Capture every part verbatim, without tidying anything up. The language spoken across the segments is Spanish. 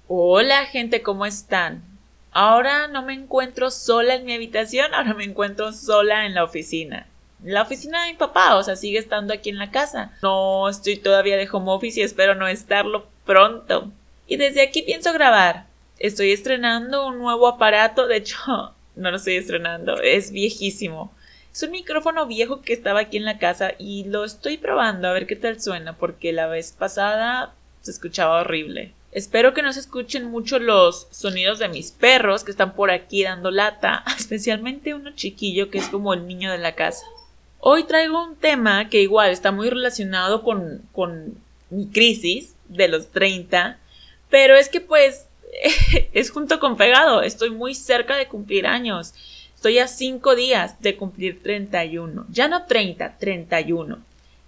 Hola gente, ¿cómo están? Ahora no me encuentro sola en mi habitación, ahora me encuentro sola en la oficina. La oficina de mi papá, o sea, sigue estando aquí en la casa. No estoy todavía de home office y espero no estarlo pronto. Y desde aquí pienso grabar. Estoy estrenando un nuevo aparato, de hecho, no lo estoy estrenando, es viejísimo. Es un micrófono viejo que estaba aquí en la casa y lo estoy probando a ver qué tal suena, porque la vez pasada se escuchaba horrible. Espero que no se escuchen mucho los sonidos de mis perros que están por aquí dando lata, especialmente uno chiquillo que es como el niño de la casa. Hoy traigo un tema que igual está muy relacionado con, con mi crisis de los treinta, pero es que pues es junto con pegado, estoy muy cerca de cumplir años. Estoy a cinco días de cumplir treinta y uno, ya no treinta, treinta y uno.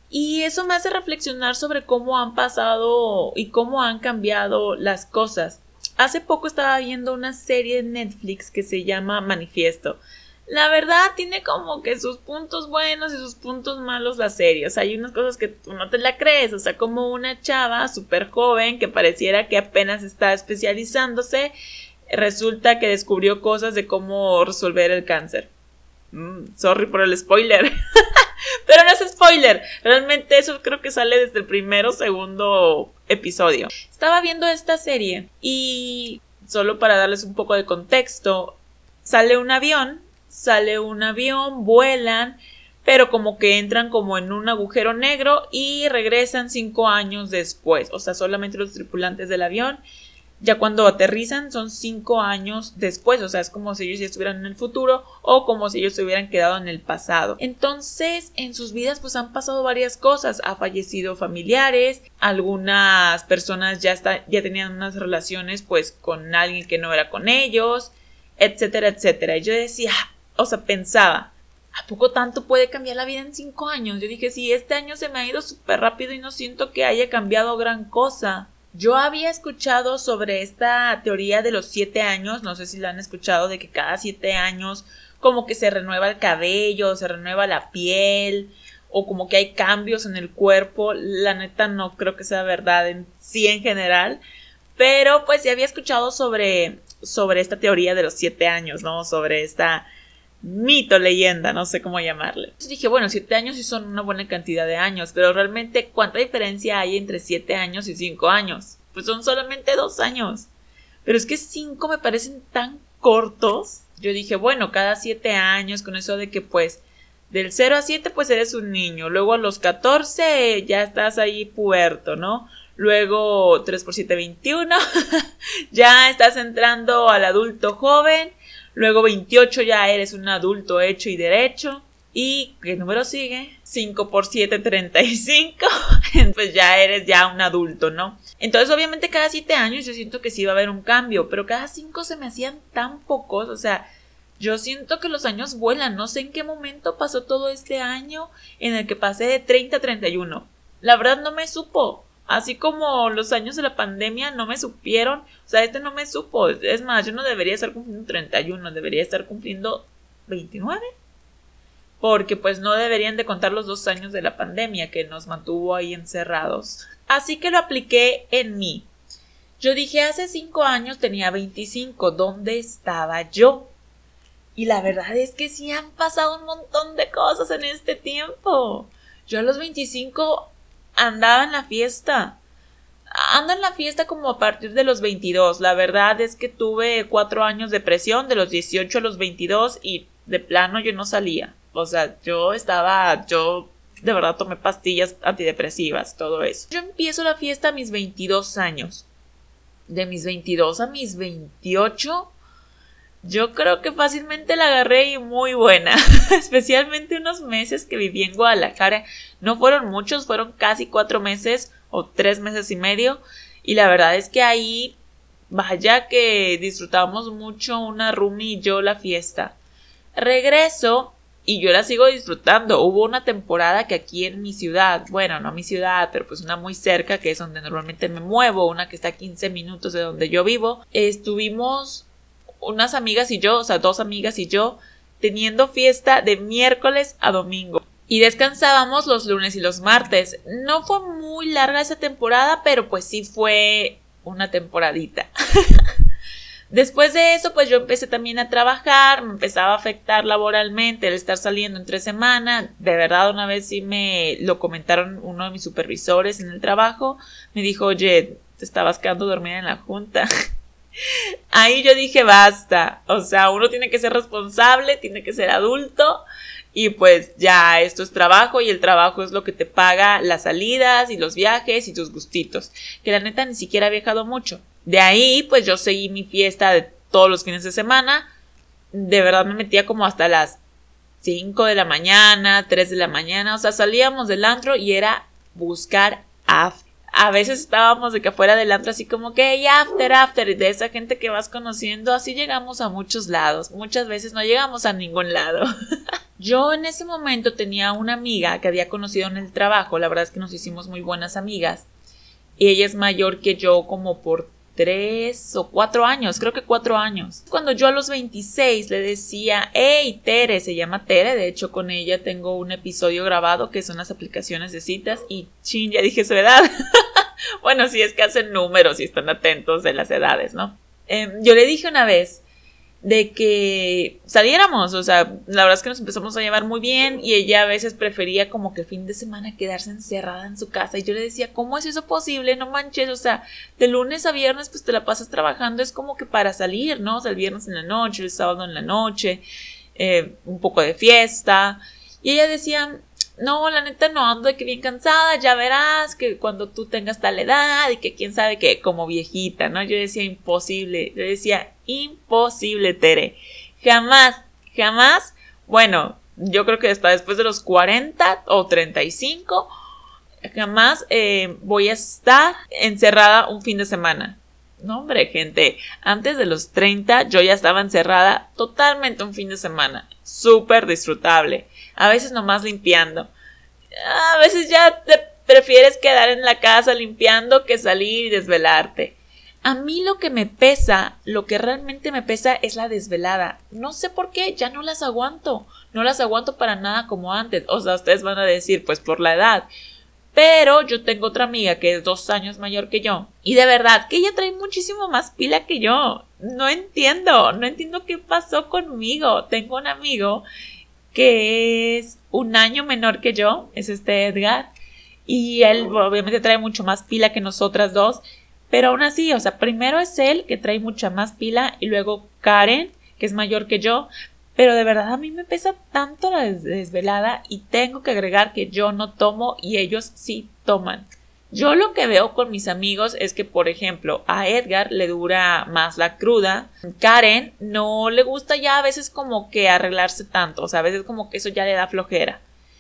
Y eso me hace reflexionar sobre cómo han pasado y cómo han cambiado las cosas. Hace poco estaba viendo una serie de Netflix que se llama Manifiesto. La verdad tiene como que sus puntos buenos y sus puntos malos la serie. O sea, hay unas cosas que tú no te la crees. O sea, como una chava súper joven que pareciera que apenas está especializándose, resulta que descubrió cosas de cómo resolver el cáncer. Mm, sorry por el spoiler. Pero no es spoiler, realmente eso creo que sale desde el primero o segundo episodio. Estaba viendo esta serie y solo para darles un poco de contexto, sale un avión, sale un avión, vuelan, pero como que entran como en un agujero negro y regresan cinco años después. O sea, solamente los tripulantes del avión. Ya cuando aterrizan son cinco años después, o sea, es como si ellos ya estuvieran en el futuro o como si ellos se hubieran quedado en el pasado. Entonces, en sus vidas pues han pasado varias cosas, ha fallecido familiares, algunas personas ya, está, ya tenían unas relaciones pues con alguien que no era con ellos, etcétera, etcétera. Y yo decía, o sea, pensaba, ¿a poco tanto puede cambiar la vida en cinco años? Yo dije, sí, este año se me ha ido súper rápido y no siento que haya cambiado gran cosa. Yo había escuchado sobre esta teoría de los siete años, no sé si la han escuchado, de que cada siete años como que se renueva el cabello, se renueva la piel, o como que hay cambios en el cuerpo. La neta no creo que sea verdad en sí en general, pero pues ya había escuchado sobre, sobre esta teoría de los siete años, ¿no? Sobre esta mito, leyenda, no sé cómo llamarle. Entonces dije, bueno, siete años sí son una buena cantidad de años, pero realmente, ¿cuánta diferencia hay entre siete años y cinco años? Pues son solamente dos años. Pero es que cinco me parecen tan cortos. Yo dije, bueno, cada siete años, con eso de que pues del cero a siete pues eres un niño, luego a los catorce ya estás ahí puberto, ¿no? Luego tres por siete, veintiuno, ya estás entrando al adulto joven. Luego veintiocho ya eres un adulto hecho y derecho. ¿Y qué número sigue? cinco por siete, treinta y cinco. Pues ya eres ya un adulto, ¿no? Entonces obviamente cada siete años yo siento que sí va a haber un cambio, pero cada cinco se me hacían tan pocos. O sea, yo siento que los años vuelan. No sé en qué momento pasó todo este año en el que pasé de treinta a treinta y uno. La verdad no me supo. Así como los años de la pandemia no me supieron, o sea, este no me supo. Es más, yo no debería estar cumpliendo treinta y uno, debería estar cumpliendo veintinueve. Porque pues no deberían de contar los dos años de la pandemia que nos mantuvo ahí encerrados. Así que lo apliqué en mí. Yo dije, hace cinco años tenía veinticinco, ¿dónde estaba yo? Y la verdad es que sí han pasado un montón de cosas en este tiempo. Yo a los veinticinco andaba en la fiesta. Ando en la fiesta como a partir de los veintidós. La verdad es que tuve cuatro años de depresión, de los dieciocho a los veintidós, y de plano yo no salía. O sea, yo estaba, yo de verdad tomé pastillas antidepresivas, todo eso. Yo empiezo la fiesta a mis veintidós años. De mis veintidós a mis veintiocho, yo creo que fácilmente la agarré y muy buena. Especialmente unos meses que viví en Guadalajara. No fueron muchos, fueron casi cuatro meses o tres meses y medio. Y la verdad es que ahí, vaya que disfrutamos mucho una roomie y yo la fiesta. Regreso y yo la sigo disfrutando. Hubo una temporada que aquí en mi ciudad, bueno, no mi ciudad, pero pues una muy cerca, que es donde normalmente me muevo, una que está a quince minutos de donde yo vivo, estuvimos unas amigas y yo, o sea, dos amigas y yo, teniendo fiesta de miércoles a domingo. Y descansábamos los lunes y los martes. No fue muy larga esa temporada, pero pues sí fue una temporadita. Después de eso, pues yo empecé también a trabajar, me empezaba a afectar laboralmente el estar saliendo entre semana. De verdad, una vez sí me lo comentaron uno de mis supervisores en el trabajo. Me dijo, oye, te estabas quedando dormida en la junta. Ahí yo dije, basta. O sea, uno tiene que ser responsable, tiene que ser adulto. Y pues ya esto es trabajo y el trabajo es lo que te paga las salidas y los viajes y tus gustitos. Que la neta ni siquiera he viajado mucho. De ahí, pues yo seguí mi fiesta de todos los fines de semana. De verdad me metía como hasta las cinco de la mañana, tres de la mañana. O sea, salíamos del antro y era buscar after. A veces estábamos de que afuera del antro así como que hey, after, after. Y de esa gente que vas conociendo, así llegamos a muchos lados. Muchas veces no llegamos a ningún lado. Yo en ese momento tenía una amiga que había conocido en el trabajo. La verdad es que nos hicimos muy buenas amigas. Y ella es mayor que yo como por tres o cuatro años, creo que cuatro años. Cuando yo a los veintiséis le decía, hey Tere, se llama Tere, de hecho con ella tengo un episodio grabado que son las aplicaciones de citas y chin, ya dije su edad. Bueno, si es que hacen números y están atentos de las edades, ¿no? Eh, yo le dije una vez de que saliéramos, o sea, la verdad es que nos empezamos a llevar muy bien y ella a veces prefería como que el fin de semana quedarse encerrada en su casa y yo le decía, ¿cómo es eso posible? No manches, o sea, de lunes a viernes pues te la pasas trabajando, es como que para salir, ¿no? O sea, el viernes en la noche, el sábado en la noche, eh, un poco de fiesta y ella decía, no, la neta no, ando de que bien cansada, ya verás que cuando tú tengas tal edad y que quién sabe que como viejita, ¿no? Yo decía imposible, yo decía imposible, Tere, jamás, jamás, bueno, yo creo que hasta después de los cuarenta o treinta y cinco, jamás eh, voy a estar encerrada un fin de semana. No, hombre, gente, antes de los treinta yo ya estaba encerrada totalmente un fin de semana, súper disfrutable. A veces nomás limpiando. A veces ya te prefieres quedar en la casa limpiando que salir y desvelarte. A mí lo que me pesa, lo que realmente me pesa es la desvelada. No sé por qué, ya no las aguanto. No las aguanto para nada como antes. O sea, ustedes van a decir, pues por la edad. Pero yo tengo otra amiga que es dos años mayor que yo. Y de verdad que ella trae muchísimo más pila que yo. No entiendo, no entiendo qué pasó conmigo. Tengo un amigo que es un año menor que yo, es este Edgar, y él obviamente trae mucho más pila que nosotras dos, pero aún así, o sea, primero es él que trae mucha más pila y luego Karen, que es mayor que yo, pero de verdad a mí me pesa tanto la des- desvelada y tengo que agregar que yo no tomo y ellos sí toman. Yo lo que veo con mis amigos es que, por ejemplo, a Edgar le dura más la cruda. Karen no le gusta ya a veces como que arreglarse tanto. O sea, a veces como que eso ya le da flojera.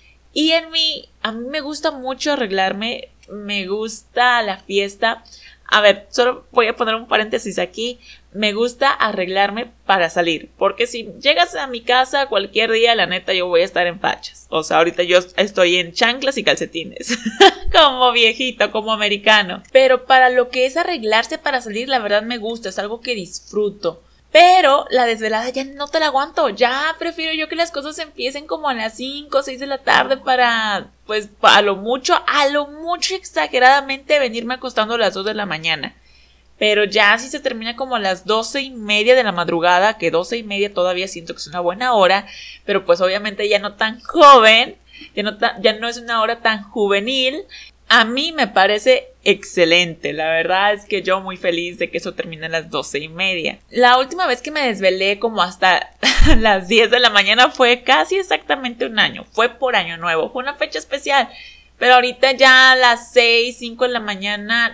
Y en mí, a mí me gusta mucho arreglarme. Me gusta la fiesta. A ver, solo voy a poner un paréntesis aquí. Me gusta arreglarme para salir. Porque si llegas a mi casa cualquier día, la neta, yo voy a estar en fachas. O sea, ahorita yo estoy en chanclas y calcetines. Como viejito, como americano. Pero para lo que es arreglarse para salir, la verdad me gusta. Es algo que disfruto. Pero la desvelada ya no te la aguanto. Ya prefiero yo que las cosas empiecen como a las cinco o seis de la tarde para, pues, a lo mucho, a lo mucho exageradamente venirme acostando a las dos de la mañana. Pero ya si se termina como a las doce y media de la madrugada, que doce y media todavía siento que es una buena hora, pero pues obviamente ya no tan joven, ya no, ta- ya no es una hora tan juvenil. A mí me parece excelente, la verdad es que yo muy feliz de que eso termine a las doce y media. La última vez que me desvelé como hasta las diez de la mañana fue casi exactamente un año, fue por Año Nuevo, fue una fecha especial, pero ahorita ya a las seis, cinco de la mañana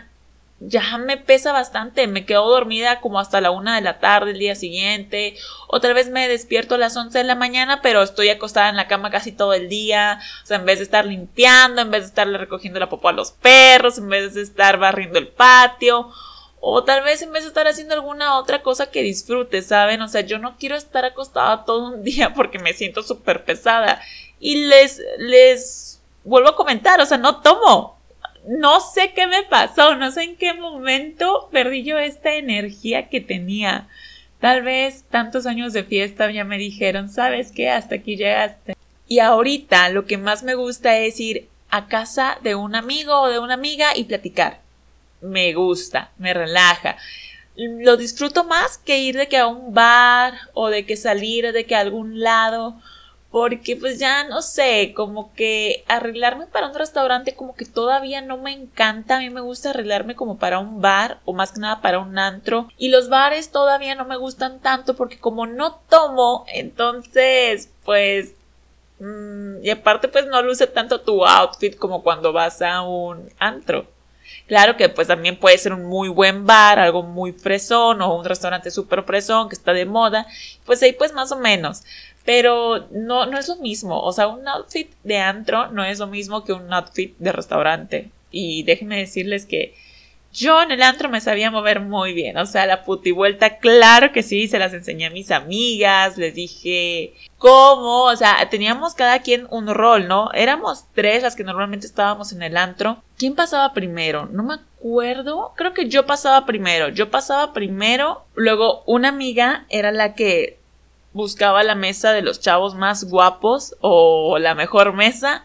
ya me pesa bastante, me quedo dormida como hasta la una de la tarde el día siguiente, otra vez me despierto a las once de la mañana, pero estoy acostada en la cama casi todo el día, o sea, en vez de estar limpiando, en vez de estarle recogiendo la popó a los perros, en vez de estar barriendo el patio, o tal vez en vez de estar haciendo alguna otra cosa que disfrute, ¿saben? O sea, yo no quiero estar acostada todo un día porque me siento súper pesada, y les, les vuelvo a comentar, o sea, no tomo. No sé qué me pasó, no sé en qué momento perdí yo esta energía que tenía. Tal vez tantos años de fiesta ya me dijeron, ¿sabes qué? Hasta aquí llegaste. Y ahorita lo que más me gusta es ir a casa de un amigo o de una amiga y platicar. Me gusta, me relaja. lo disfruto más que ir de que a un bar o de que salir de que a algún lado, porque pues ya no sé, como que arreglarme para un restaurante como que todavía no me encanta. A mí me gusta arreglarme como para un bar o más que nada para un antro, y los bares todavía no me gustan tanto porque como no tomo, entonces pues mmm, y aparte pues no luce tanto tu outfit como cuando vas a un antro. Claro que pues también puede ser un muy buen bar, algo muy fresón o un restaurante súper fresón que está de moda, pues ahí pues más o menos, pero no, no es lo mismo. O sea, un outfit de antro no es lo mismo que un outfit de restaurante, y déjenme decirles que yo en el antro me sabía mover muy bien. O sea, la putivuelta, claro que sí, se las enseñé a mis amigas, les dije cómo, o sea, teníamos cada quien un rol, ¿no? Éramos tres las que normalmente estábamos en el antro. ¿Quién pasaba primero? No me acuerdo, creo que yo pasaba primero, yo pasaba primero, luego una amiga era la que buscaba la mesa de los chavos más guapos o la mejor mesa,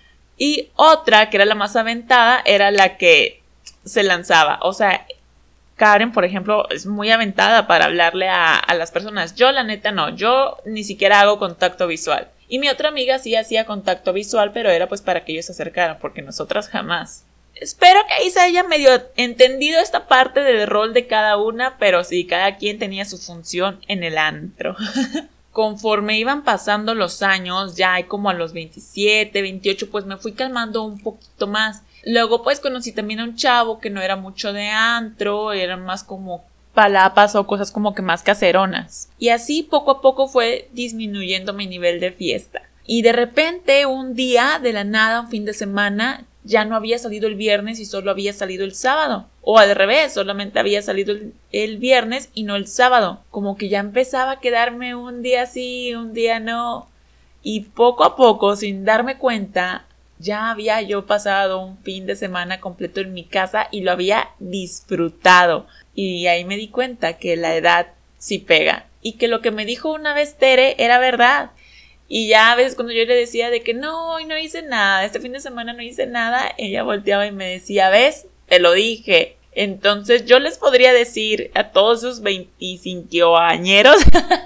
y otra, que era la más aventada, era la que se lanzaba. O sea, Karen, por ejemplo, es muy aventada para hablarle a, a las personas. Yo, la neta, no. Yo ni siquiera hago contacto visual. Y mi otra amiga sí hacía contacto visual, pero era pues para que ellos se acercaran, porque nosotras jamás. Espero que ahí se haya medio entendido esta parte del rol de cada una, pero sí, cada quien tenía su función en el antro. Conforme iban pasando los años, ya como a los veintisiete, veintiocho, pues me fui calmando un poquito más. Luego pues conocí también a un chavo que no era mucho de antro, eran más como palapas o cosas como que más caseronas. Y así poco a poco fue disminuyendo mi nivel de fiesta. Y de repente un día, de la nada, un fin de semana, ya no había salido el viernes y solo había salido el sábado. O al revés, solamente había salido el, el viernes y no el sábado. Como que ya empezaba a quedarme un día sí, un día no. Y poco a poco, sin darme cuenta, ya había yo pasado un fin de semana completo en mi casa y lo había disfrutado. Y ahí me di cuenta que la edad sí pega. Y que lo que me dijo una vez Tere era verdad. Y ya a veces cuando yo le decía de que no, hoy no hice nada, este fin de semana no hice nada, ella volteaba y me decía, ¿ves? Te lo dije. Entonces yo les podría decir a todos esos veinticinco añeros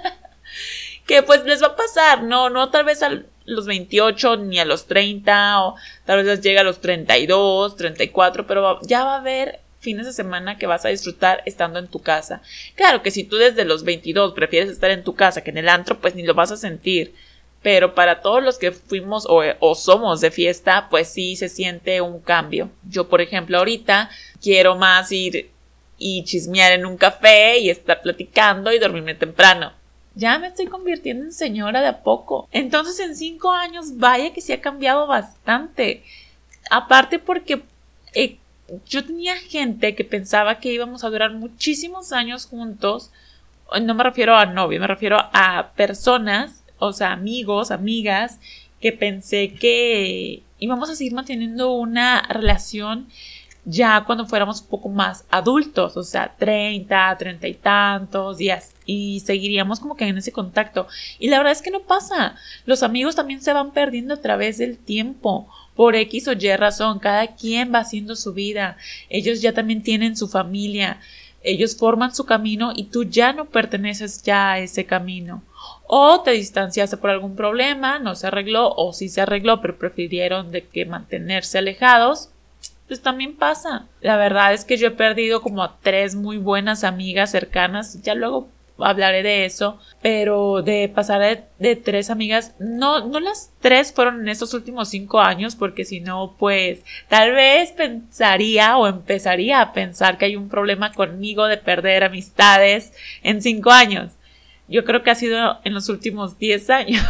que pues les va a pasar, no, no tal vez a los veintiocho ni a los treinta, o tal vez les llegue a los treinta y dos, treinta y cuatro, pero ya va a haber fines de semana que vas a disfrutar estando en tu casa. Claro que si tú desde los veintidós prefieres estar en tu casa que en el antro, pues ni lo vas a sentir. Pero para todos los que fuimos o, o somos de fiesta, pues sí se siente un cambio. Yo, por ejemplo, ahorita quiero más ir y chismear en un café y estar platicando y dormirme temprano. Ya me estoy convirtiendo en señora de a poco. Entonces en cinco años, vaya que sí ha cambiado bastante. Aparte porque eh, yo tenía gente que pensaba que íbamos a durar muchísimos años juntos. No me refiero a novios, me refiero a personas, o sea, amigos, amigas, que pensé que íbamos a seguir manteniendo una relación ya cuando fuéramos un poco más adultos, o sea, treinta, treinta y tantos días, y seguiríamos como que en ese contacto. Y la verdad es que no pasa. Los amigos también se van perdiendo a través del tiempo, por X o Y razón. Cada quien va haciendo su vida. Ellos ya también tienen su familia. Ellos forman su camino y tú ya no perteneces ya a ese camino. O te distanciaste por algún problema, no se arregló, o sí se arregló, pero prefirieron de que mantenerse alejados. Pues también pasa. La verdad es que yo he perdido como a tres muy buenas amigas cercanas. Ya luego hablaré de eso. Pero de pasar de, de tres amigas, no, no las tres fueron en estos últimos cinco años, porque si no, pues tal vez pensaría o empezaría a pensar que hay un problema conmigo de perder amistades en cinco años. Yo creo que ha sido en los últimos diez años.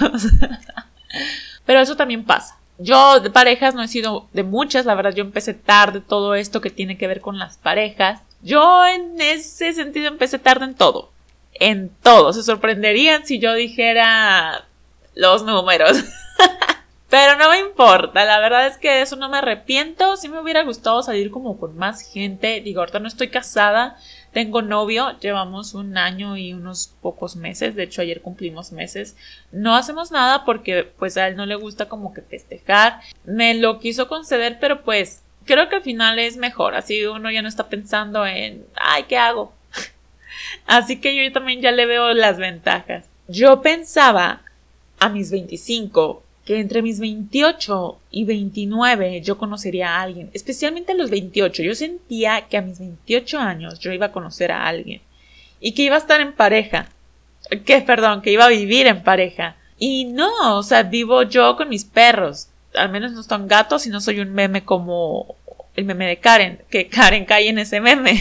Pero eso también pasa. Yo de parejas no he sido de muchas, la verdad yo empecé tarde todo esto que tiene que ver con las parejas. Yo en ese sentido empecé tarde en todo. En todo. Se sorprenderían si yo dijera los números. Pero no me importa, la verdad es que de eso no me arrepiento. Sí me hubiera gustado salir como con más gente. Digo, ahorita no estoy casada, tengo novio, llevamos un año y unos pocos meses. De hecho, ayer cumplimos meses. No hacemos nada porque pues a él no le gusta como que festejar. Me lo quiso conceder, pero pues creo que al final es mejor. Así uno ya no está pensando en, ay, ¿qué hago? Así que yo también ya le veo las ventajas. Yo pensaba a mis veinticinco que entre mis veintiocho y veintinueve yo conocería a alguien, especialmente a los veintiocho. Yo sentía que a mis veintiocho años yo iba a conocer a alguien y que iba a estar en pareja, que perdón, que iba a vivir en pareja. Y no, o sea, vivo yo con mis perros. Al menos no son gatos y no soy un meme como el meme de Karen, que Karen cae en ese meme.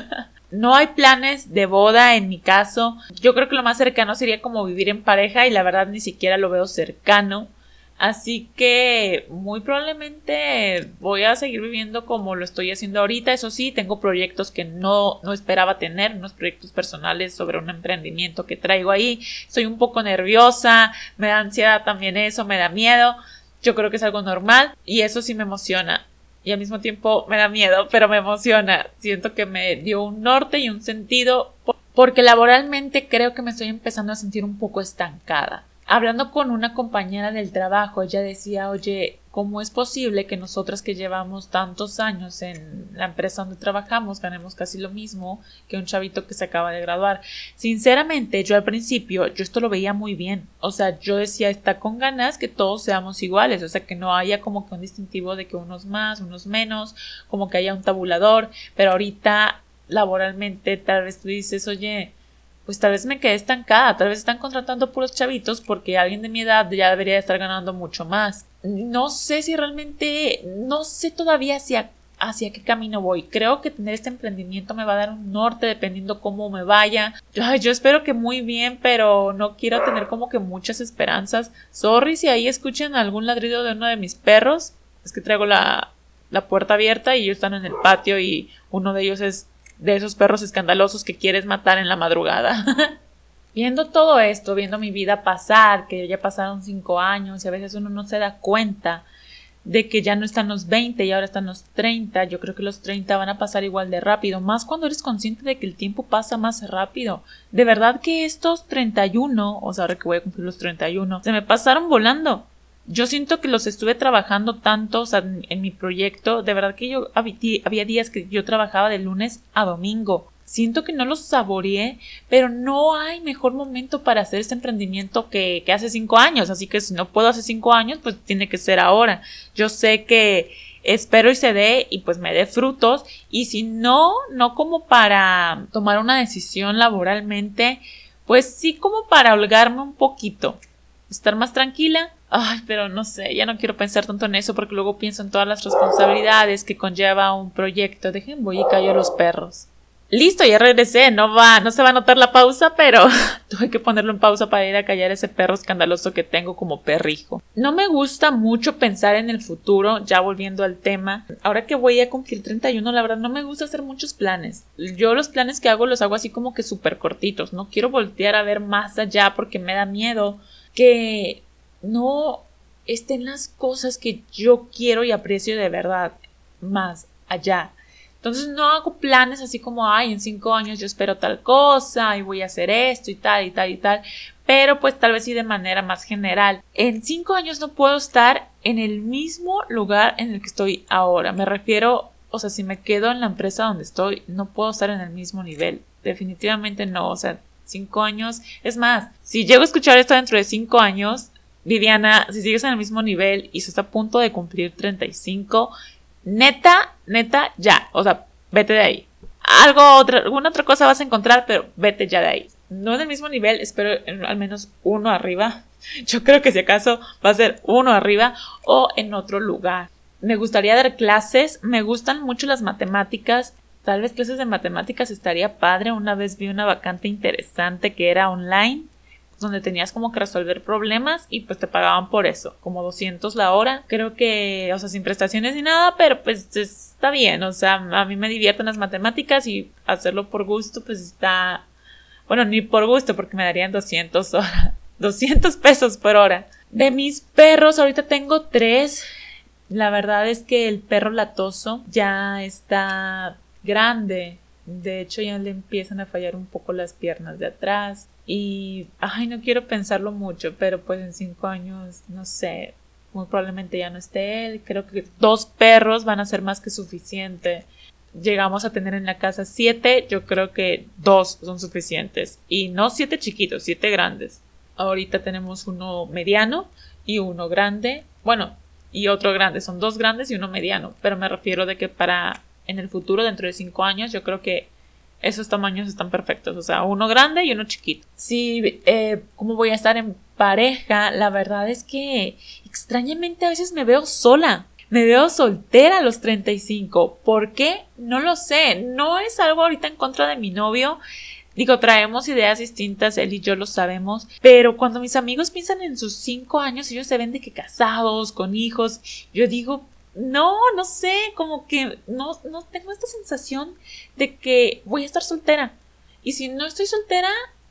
No hay planes de boda en mi caso. Yo creo que lo más cercano sería como vivir en pareja y la verdad ni siquiera lo veo cercano. Así que muy probablemente voy a seguir viviendo como lo estoy haciendo ahorita. Eso sí, tengo proyectos que no, no esperaba tener, unos proyectos personales sobre un emprendimiento que traigo ahí. Soy un poco nerviosa, me da ansiedad también eso, me da miedo. Yo creo que es algo normal y eso sí me emociona. Y al mismo tiempo me da miedo, pero me emociona. Siento que me dio un norte y un sentido porque laboralmente creo que me estoy empezando a sentir un poco estancada. Hablando con una compañera del trabajo, ella decía, oye, ¿cómo es posible que nosotras que llevamos tantos años en la empresa donde trabajamos ganemos casi lo mismo que un chavito que se acaba de graduar? Sinceramente, yo al principio, yo esto lo veía muy bien. O sea, yo decía, está con ganas que todos seamos iguales. O sea, que no haya como que un distintivo de que unos más, unos menos, como que haya un tabulador. Pero ahorita, laboralmente, tal vez tú dices, oye, pues tal vez me quedé estancada, tal vez están contratando puros chavitos porque alguien de mi edad ya debería estar ganando mucho más. No sé si realmente, no sé todavía hacia, hacia qué camino voy. Creo que tener este emprendimiento me va a dar un norte dependiendo cómo me vaya. Ay, yo espero que muy bien, pero no quiero tener como que muchas esperanzas. Sorry si ahí escuchan algún ladrido de uno de mis perros. Es que traigo la, la puerta abierta y ellos están en el patio y uno de ellos es de esos perros escandalosos que quieres matar en la madrugada. Viendo todo esto, viendo mi vida pasar, que ya pasaron cinco años y a veces uno no se da cuenta de que ya no están los veinte y ahora están los treinta. Yo creo que los treinta van a pasar igual de rápido, más cuando eres consciente de que el tiempo pasa más rápido. De verdad que estos treinta y uno, o sea, ahora que voy a cumplir los treinta y uno, se me pasaron volando. Yo siento que los estuve trabajando tanto, o sea, en, en mi proyecto, de verdad que yo había días que yo trabajaba de lunes a domingo. Siento que no los saboreé, pero no hay mejor momento para hacer este emprendimiento que, que hace cinco años. Así que si no puedo hace cinco años, pues tiene que ser ahora. Yo sé que espero y se dé y pues me dé frutos. Y si no, no como para tomar una decisión laboralmente, pues sí como para holgarme un poquito, estar más tranquila. Ay, pero no sé, ya no quiero pensar tanto en eso porque luego pienso en todas las responsabilidades que conlleva un proyecto. Dejen, voy y callo a los perros. Listo, ya regresé, no va, no se va a notar la pausa, pero tuve que ponerlo en pausa para ir a callar ese perro escandaloso que tengo como perrijo. No me gusta mucho pensar en el futuro, ya volviendo al tema. Ahora que voy a cumplir treinta y uno, la verdad no me gusta hacer muchos planes. Yo los planes que hago los hago así como que súper cortitos. No quiero voltear a ver más allá porque me da miedo que no estén las cosas que yo quiero y aprecio de verdad más allá. Entonces no hago planes así como, ay, en cinco años yo espero tal cosa y voy a hacer esto y tal y tal y tal, pero pues tal vez sí de manera más general. En cinco años no puedo estar en el mismo lugar en el que estoy ahora. Me refiero, o sea, si me quedo en la empresa donde estoy, no puedo estar en el mismo nivel. Definitivamente no, o sea, cinco años. Es más, si llego a escuchar esto dentro de cinco años, Viviana, si sigues en el mismo nivel y se está a punto de cumplir treinta y cinco, neta, neta, ya, o sea, vete de ahí. Algo, otra, alguna otra cosa vas a encontrar, pero vete ya de ahí. No en el mismo nivel, espero en, al menos uno arriba. Yo creo que si acaso va a ser uno arriba o en otro lugar. Me gustaría dar clases, me gustan mucho las matemáticas. Tal vez clases de matemáticas estaría padre. Una vez vi una vacante interesante que era online, donde tenías como que resolver problemas y pues te pagaban por eso, como doscientos la hora. Creo que, o sea, sin prestaciones ni nada, pero pues está bien, o sea, a mí me divierten las matemáticas y hacerlo por gusto pues está, bueno, ni por gusto porque me darían doscientos horas, doscientos pesos por hora. De mis perros, ahorita tengo tres. La verdad es que el perro latoso ya está grande. De hecho, ya le empiezan a fallar un poco las piernas de atrás. Y, ay, no quiero pensarlo mucho, pero pues en cinco años, no sé, muy probablemente ya no esté él. Creo que dos perros van a ser más que suficiente. llegamos a tener en la casa siete, yo creo que dos son suficientes. Y no siete chiquitos, siete grandes. Ahorita tenemos uno mediano y uno grande. Bueno, y otro grande. Son dos grandes y uno mediano. Pero me refiero de que para en el futuro, dentro de cinco años, yo creo que esos tamaños están perfectos. O sea, uno grande y uno chiquito. Sí, eh, ¿cómo voy a estar en pareja? La verdad es que extrañamente a veces me veo sola. Me veo soltera a los treinta y cinco. ¿Por qué? No lo sé. No es algo ahorita en contra de mi novio. Digo, traemos ideas distintas, él y yo lo sabemos. Pero cuando mis amigos piensan en sus cinco años, ellos se ven de que casados, con hijos. Yo digo, no, no sé, como que no, no tengo esta sensación de que voy a estar soltera. Y si no estoy soltera,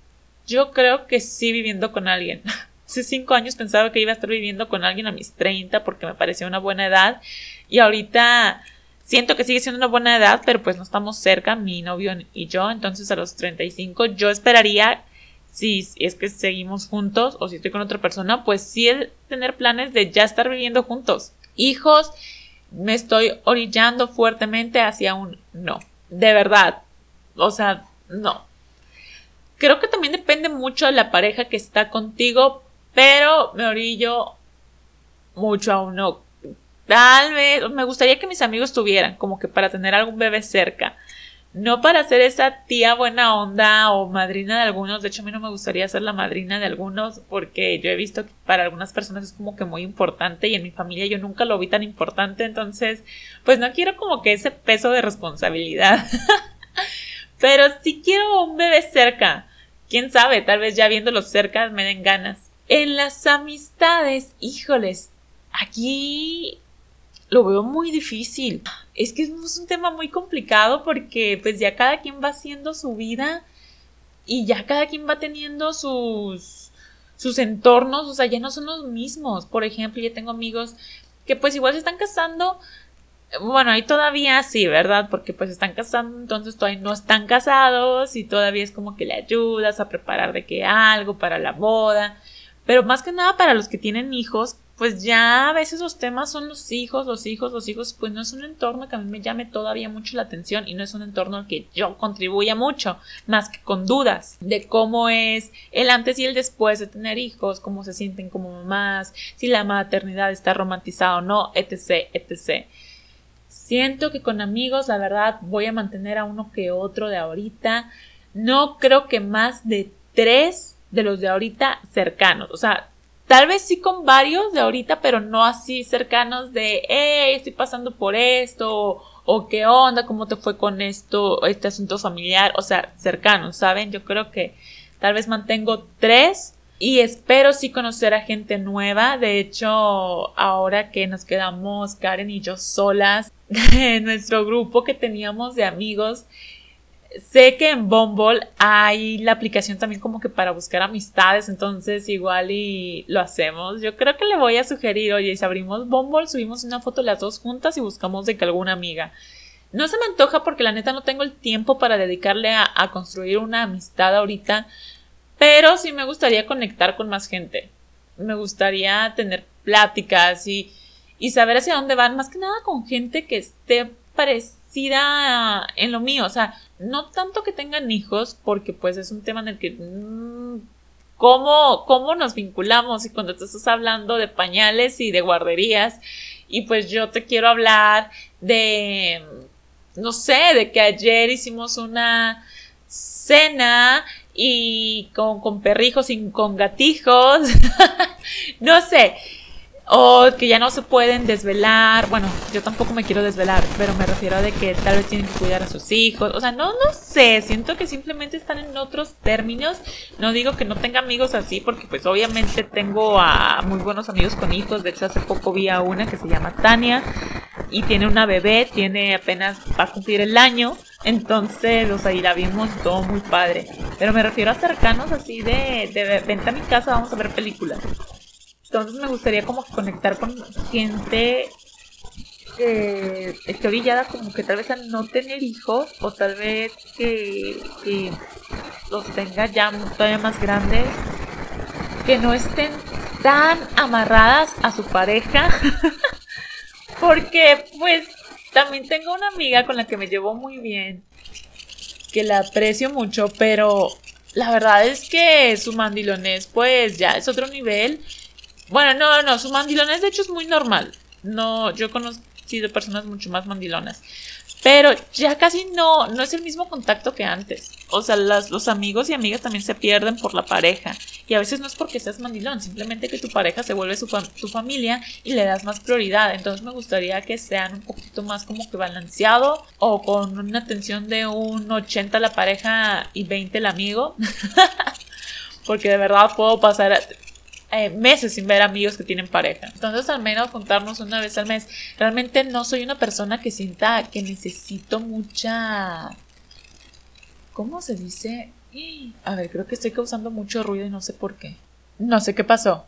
yo creo que sí viviendo con alguien. Hace cinco años pensaba que iba a estar viviendo con alguien a mis treinta porque me parecía una buena edad. Y ahorita siento que sigue siendo una buena edad, pero pues no estamos cerca, mi novio y yo. Entonces a los treinta y cinco yo esperaría, si es que seguimos juntos o si estoy con otra persona, pues sí el tener planes de ya estar viviendo juntos. Hijos, me estoy orillando fuertemente hacia un no. De verdad. O sea, no. Creo que también depende mucho de la pareja que está contigo, pero me orillo mucho a un no. Tal vez, me gustaría que mis amigos tuvieran, como que para tener algún bebé cerca. No para ser esa tía buena onda o madrina de algunos. De hecho, a mí no me gustaría ser la madrina de algunos porque yo he visto que para algunas personas es como que muy importante y en mi familia yo nunca lo vi tan importante. Entonces, pues no quiero como que ese peso de responsabilidad. Pero sí quiero un bebé cerca. Quién sabe, tal vez ya viéndolo cerca me den ganas. En las amistades, híjoles, aquí lo veo muy difícil. Es que es un tema muy complicado porque pues ya cada quien va haciendo su vida y ya cada quien va teniendo sus, sus entornos, o sea, ya no son los mismos. Por ejemplo, yo tengo amigos que pues igual se están casando. Bueno, ahí todavía sí, ¿verdad? Porque pues están casando, entonces todavía no están casados y todavía es como que le ayudas a preparar de que algo para la boda. Pero más que nada para los que tienen hijos, pues ya a veces los temas son los hijos, los hijos, los hijos, pues no es un entorno que a mí me llame todavía mucho la atención y no es un entorno al que yo contribuya mucho, más que con dudas de cómo es el antes y el después de tener hijos, cómo se sienten como mamás, si la maternidad está romantizada o no, etc, etcétera. Siento que con amigos, la verdad, voy a mantener a uno que otro de ahorita. No creo que más de tres de los de ahorita cercanos. O sea, tal vez sí con varios de ahorita, pero no así cercanos de, hey, estoy pasando por esto, o, o qué onda, cómo te fue con esto, este asunto familiar. O sea, cercanos, ¿saben? Yo creo que tal vez mantengo tres. Y espero sí conocer a gente nueva. De hecho, ahora que nos quedamos Karen y yo solas en nuestro grupo que teníamos de amigos, sé que en Bumble hay la aplicación también como que para buscar amistades. Entonces igual y lo hacemos. Yo creo que le voy a sugerir, oye, si abrimos Bumble, subimos una foto las dos juntas y buscamos de que alguna amiga. No se me antoja porque la neta no tengo el tiempo para dedicarle a, a construir una amistad ahorita. Pero sí me gustaría conectar con más gente. Me gustaría tener pláticas y, y saber hacia dónde van. Más que nada con gente que esté parecida en lo mío. O sea, no tanto que tengan hijos, porque pues es un tema en el que... Mmm, ¿cómo, ¿Cómo nos vinculamos? Y cuando te estás hablando de pañales y de guarderías, y pues yo te quiero hablar de... No sé, de que ayer hicimos una cena... y con, con perrijos y con gatijos, no sé, o que ya no se pueden desvelar. Bueno, yo tampoco me quiero desvelar, pero me refiero a de que tal vez tienen que cuidar a sus hijos. O sea, no, no sé, siento que simplemente están en otros términos. No digo que no tenga amigos así, porque pues obviamente tengo a muy buenos amigos con hijos. De hecho, hace poco vi a una que se llama Tania y tiene una bebé, tiene apenas, va a cumplir el año. Entonces, o sea, y la vimos todo muy padre. Pero me refiero a cercanos así de, de vente a mi casa, vamos a ver películas. Entonces me gustaría como conectar con gente que esté orillada como que tal vez a no tener hijos, o tal vez que, que los tenga ya todavía más grandes, que no estén tan amarradas a su pareja. Porque pues También tengo una amiga con la que me llevo muy bien, que la aprecio mucho, pero la verdad es que su mandilonés pues ya es otro nivel. Bueno, no, no, su mandilonés de hecho es muy normal. No, yo he conocido personas mucho más mandilonas. Pero ya casi no, no es el mismo contacto que antes. O sea, las, los amigos y amigas también se pierden por la pareja. Y a veces no es porque seas mandilón, simplemente que tu pareja se vuelve su fam- tu familia y le das más prioridad. Entonces me gustaría que sean un poquito más como que balanceado, o con una atención de un ochenta la pareja y veinte el amigo. Porque de verdad puedo pasar Eh, meses sin ver amigos que tienen pareja. Entonces al menos juntarnos una vez al mes. Realmente no soy una persona que sienta que necesito mucha... ¿Cómo se dice? A ver, creo que estoy causando mucho ruido y no sé por qué. No sé qué pasó.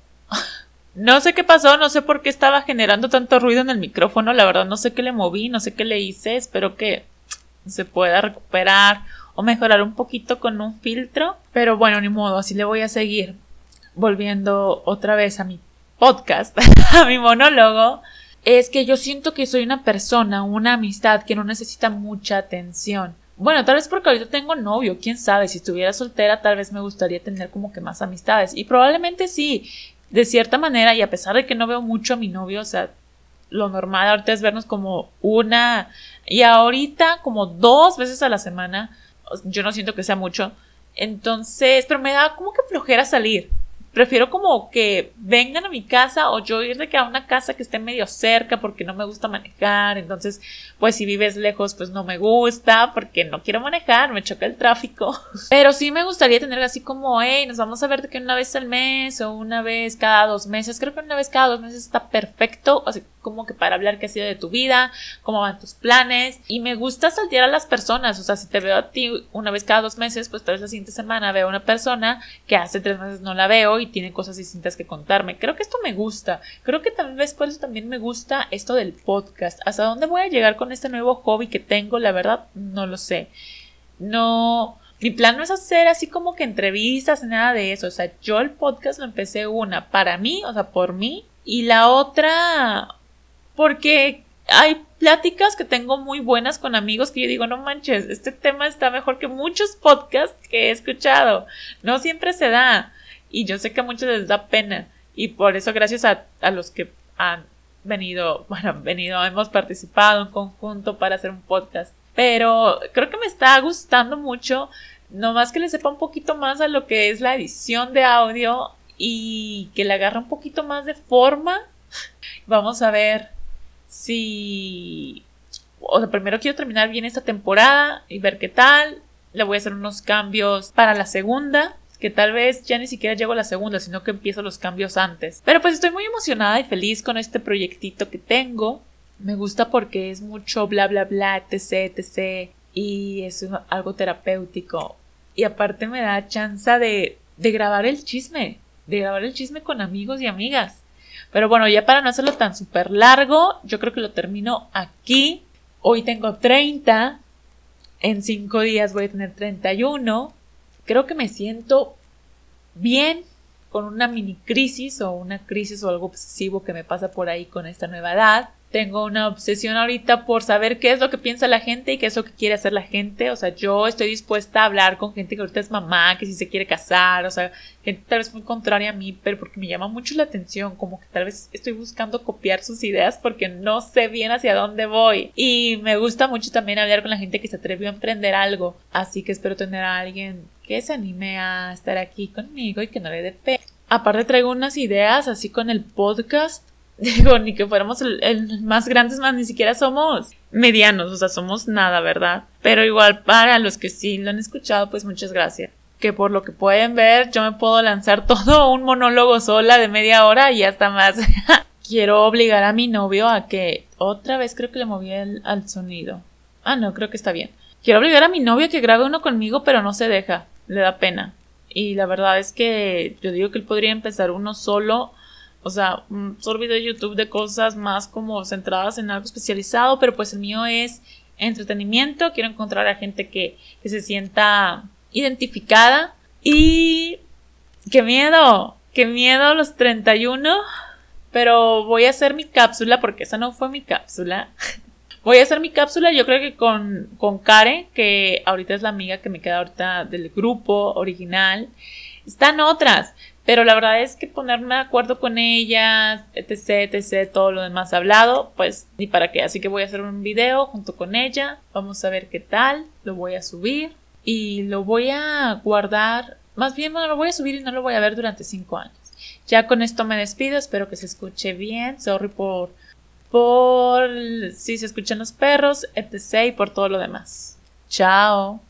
No sé qué pasó, no sé por qué estaba generando tanto ruido en el micrófono. La verdad no sé qué le moví, no sé qué le hice. Espero que se pueda recuperar o mejorar un poquito con un filtro. Pero bueno, ni modo, así le voy a seguir. Volviendo otra vez a mi podcast, a mi monólogo, es que yo siento que soy una persona, una amistad que no necesita mucha atención. Bueno, tal vez porque ahorita tengo novio, quién sabe, si estuviera soltera tal vez me gustaría tener como que más amistades. Y probablemente sí, de cierta manera, y a pesar de que no veo mucho a mi novio, o sea, lo normal ahorita es vernos como una, y ahorita como dos veces a la semana. Yo no siento que sea mucho. Entonces, pero me da como que flojera salir. Prefiero como que vengan a mi casa o yo ir de que a una casa que esté medio cerca porque no me gusta manejar. Entonces, pues si vives lejos, pues no me gusta porque no quiero manejar, me choca el tráfico. Pero sí me gustaría tener así como, hey, nos vamos a ver de que una vez al mes o una vez cada dos meses. Creo que una vez cada dos meses está perfecto. Así como que para hablar qué ha sido de tu vida, cómo van tus planes. Y me gusta saltear a las personas. O sea, si te veo a ti una vez cada dos meses, pues tal vez la siguiente semana veo a una persona que hace tres meses no la veo y tiene cosas distintas que contarme. Creo que esto me gusta. Creo que tal vez por eso también me gusta esto del podcast. ¿Hasta dónde voy a llegar con este nuevo hobby que tengo? La verdad, no lo sé. No... Mi plan no es hacer así como que entrevistas, nada de eso. O sea, yo el podcast lo empecé una para mí, o sea, por mí. Y la otra... porque hay pláticas que tengo muy buenas con amigos que yo digo, no manches, este tema está mejor que muchos podcasts que he escuchado. No siempre se da. Y yo sé que a muchos les da pena. Y por eso, gracias a, a los que han venido, bueno, han venido, hemos participado en conjunto para hacer un podcast. Pero creo que me está gustando mucho. Nomás que le sepa un poquito más a lo que es la edición de audio y que le agarre un poquito más de forma. Vamos a ver si... O sea, primero quiero terminar bien esta temporada y ver qué tal. Le voy a hacer unos cambios para la segunda, que tal vez ya ni siquiera llego a la segunda, sino que empiezo los cambios antes. Pero pues estoy muy emocionada y feliz con este proyectito que tengo. Me gusta porque es mucho bla bla bla, etc, etc. Y es algo terapéutico. Y aparte me da chance de, de grabar el chisme. De grabar el chisme con amigos y amigas. Pero bueno, ya para no hacerlo tan súper largo, yo creo que lo termino aquí. Hoy tengo treinta. En cinco días voy a tener treinta y uno. Creo que me siento bien con una mini crisis o una crisis o algo obsesivo que me pasa por ahí con esta nueva edad. Tengo una obsesión ahorita por saber qué es lo que piensa la gente y qué es lo que quiere hacer la gente. O sea, yo estoy dispuesta a hablar con gente que ahorita es mamá, que si se quiere casar, o sea, gente tal vez muy contraria a mí, pero porque me llama mucho la atención, como que tal vez estoy buscando copiar sus ideas porque no sé bien hacia dónde voy. Y me gusta mucho también hablar con la gente que se atrevió a emprender algo, así que espero tener a alguien que se anime a estar aquí conmigo y que no le dé pena. Aparte traigo unas ideas así con el podcast. Digo, ni que fuéramos el, el más grandes, más ni siquiera somos medianos, o sea, somos nada, ¿verdad? Pero igual para los que sí lo han escuchado, pues muchas gracias. Que por lo que pueden ver, yo me puedo lanzar todo un monólogo sola de media hora y hasta más. Quiero obligar a mi novio a que, otra vez creo que le moví el, al sonido. Ah, no, creo que está bien. Quiero obligar a mi novio a que grabe uno conmigo, pero no se deja, le da pena. Y la verdad es que yo digo que él podría empezar uno solo. O sea, un solo video de YouTube de cosas más como centradas en algo especializado, pero pues el mío es entretenimiento. Quiero encontrar a gente que, que se sienta identificada. Y... ¡qué miedo! ¡Qué miedo a los treinta y uno! Pero voy a hacer mi cápsula, porque esa no fue mi cápsula. Voy a hacer mi cápsula, yo creo que con, con Karen, que ahorita es la amiga que me queda ahorita del grupo original. Están otras, pero la verdad es que ponerme de acuerdo con ellas, etc, etc, todo lo demás hablado, pues ni para qué. Así que voy a hacer un video junto con ella, vamos a ver qué tal, lo voy a subir y lo voy a guardar, más bien bueno, lo voy a subir y no lo voy a ver durante cinco años. Ya con esto me despido, espero que se escuche bien, sorry por, por si se escuchan los perros, etc y por todo lo demás. Chao.